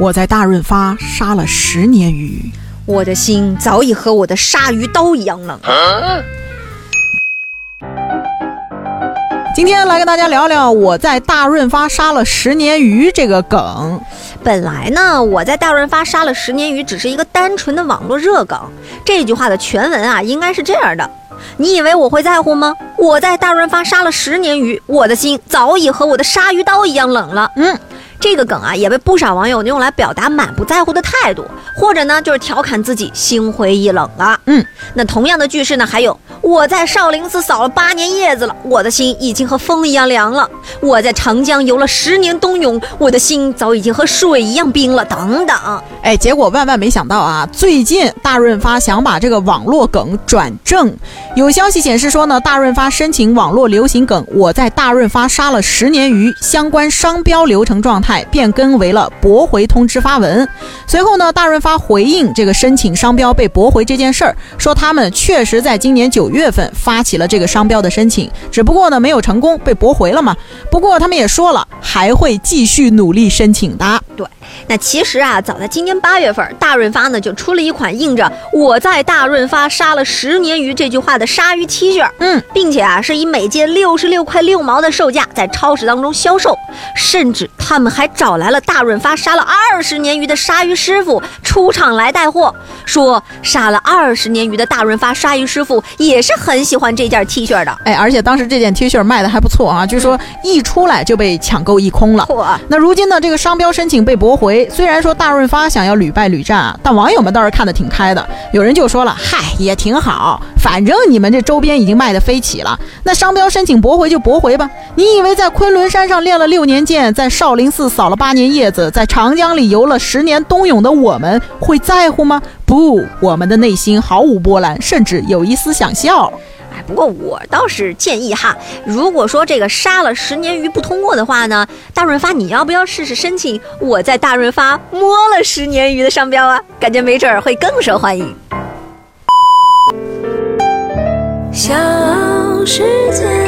我在大润发杀了10年鱼， 我的心早已和我的鲨鱼刀一样冷。 今天来跟大家聊聊我在大润发杀了10年鱼这个梗。 本来呢，我在大润发杀了10年鱼只是一个单纯的网络热梗。这句话的全文啊，应该是这样的：你以为我会在乎吗？我在大润发杀了10年鱼，我的心早已和我的鲨鱼刀一样冷了。这个梗啊，也被不少网友用来表达满不在乎的态度，或者呢，就是调侃自己心灰意冷了。那同样的句式呢，还有我在少林寺扫了8年叶子了，我的心已经和风一样凉了；我在长江游了10年冬泳，我的心早已经和水一样冰了，等等。 结果万万没想到啊，最近大润发想把这个网络梗转正。有消息显示说呢，大润发申请网络流行梗我在大润发杀了10年鱼相关商标流程状态变更为了驳回通知发文。随后呢，大润发回应这个申请商标被驳回这件事儿，说他们确实在今年9月份发起了这个商标的申请，只不过呢没有成功，被驳回了嘛。不过他们也说了，还会继续努力申请的。 对，那其实啊，早在今年8月份，大润发呢就出了一款印着我在大润发杀了10年鱼这句话的鲨鱼 T 恤，并且啊是以每件66块6毛的售价在超市当中销售，甚至他们还找来了大润发杀了20年鱼的鲨鱼师傅出场来带货，说杀了20年鱼的大润发鲨鱼师傅也是很喜欢这件 T 恤的。 而且当时这件 T 恤卖的还不错啊，据说一出来就被抢购一空了。那如今呢，这个商标申请被驳回，虽然说大润发想要屡败屡战啊，但网友们倒是看得挺开的。有人就说了，嗨，也挺好，反正你们这周边已经卖得飞起了，那商标申请驳回就驳回吧。你以为在昆仑山上练了6年剑，在少林寺扫了8年叶子，在长江里游了10年冬泳的我们会在乎吗？不，我们的内心毫无波澜，甚至有一丝想笑。 不过我倒是建议哈，如果说这个杀了10年鱼不通过的话呢，大润发你要不要试试申请我在大润发摸了10年鱼的商标啊？感觉没准会更受欢迎。 小世界